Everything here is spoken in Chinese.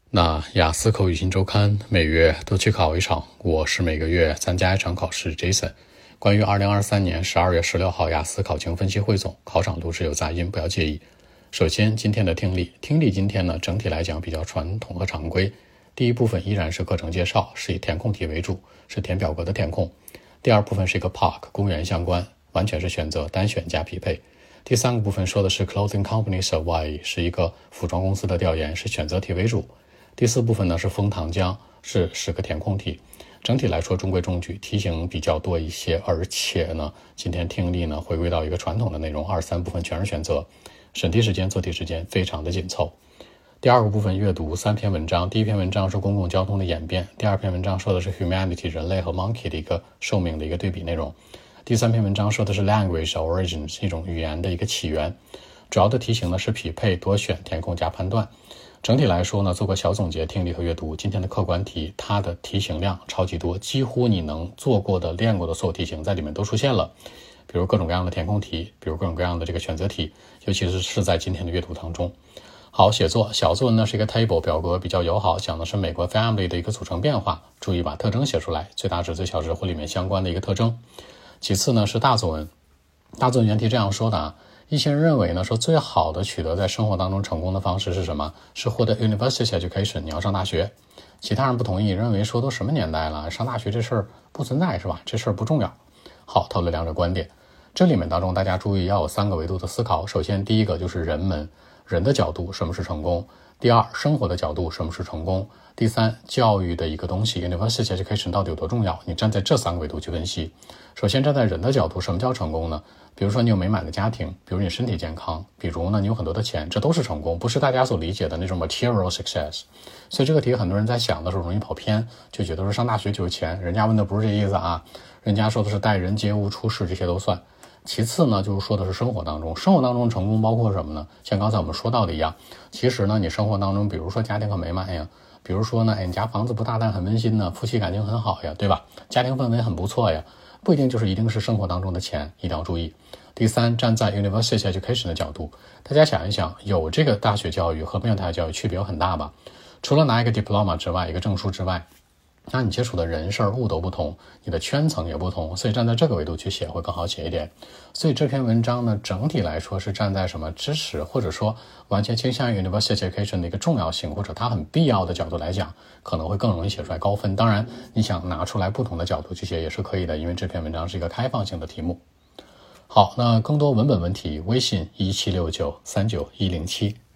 那雅思口语新周刊每月都去考一场，我是每个月参加一场考试 Jason。 关于2023年12月16号雅思考情分析汇总，考场录制有杂音，不要介意。首先今天的听力今天呢整体来讲比较传统和常规。第一部分依然是课程介绍，是以填空题为主，是填表格的填空。第二部分是一个 park 公园相关，完全是选择单选加匹配。第三个部分说的是 clothing company survey， 是一个服装公司的调研，是选择题为主。第四部分呢是枫糖浆，是10个填空题。整体来说中规中矩，题型比较多一些，而且呢今天听力呢回归到一个传统的内容，2、3部分全是选择，审题时间做题时间非常的紧凑。第二个部分阅读3篇文章，第一篇文章是公共交通的演变，第二篇文章说的是 humanity 人类和 monkey 的一个寿命的一个对比内容，第三篇文章说的是 language origin 是一种语言的一个起源。主要的题型呢是匹配、多选、填空加判断。整体来说呢，做个小总结，听力和阅读。今天的客观题，它的题型量超级多，几乎你能做过的、练过的所有题型在里面都出现了。比如各种各样的填空题，比如各种各样的这个选择题，尤其是在今天的阅读当中。好，写作小作文呢是一个 table 表格，比较友好，讲的是美国 family 的一个组成变化，注意把特征写出来，最大值、最小值或里面相关的一个特征。其次呢是大作文，大作文原题这样说的啊。一些人认为呢，说最好的取得在生活当中成功的方式是什么？是获得 university education， 你要上大学。其他人不同意，认为说都什么年代了，上大学这事儿不存在是吧？这事儿不重要。好，讨论两者观点。这里面当中大家注意要有3个维度的思考。首先第一个就是人的角度，什么是成功？第二，生活的角度，什么是成功？第三，教育的一个东西 university education 到底有多重要？你站在这3个维度去分析。首先站在人的角度，什么叫成功呢？比如说你有美满的家庭，比如你身体健康，比如呢你有很多的钱，这都是成功，不是大家所理解的那种 material success。 所以这个题很多人在想的时候容易跑偏，就觉得说上大学就有钱，人家问的不是这意思啊，人家说的是待人接物处事这些都算。其次呢就是说的是生活当中成功包括什么呢？像刚才我们说到的一样，其实呢你生活当中比如说家庭很美满呀，比如说呢你家房子不大但很温馨呢，夫妻感情很好呀，对吧？家庭氛围很不错呀，不一定一定是生活当中的钱，一定要注意。第三，站在 university education 的角度，大家想一想，有这个大学教育和没有大学教育区别有很大吧？除了拿一个 diploma 之外，一个证书之外，那你接触的人事物都不同，你的圈层也不同，所以站在这个维度去写会更好写一点。所以这篇文章呢整体来说是站在什么支持或者说完全倾向于 university education 的一个重要性或者它很必要的角度来讲，可能会更容易写出来高分。当然你想拿出来不同的角度去写也是可以的，因为这篇文章是一个开放性的题目。好，那更多文本问题微信1769391107。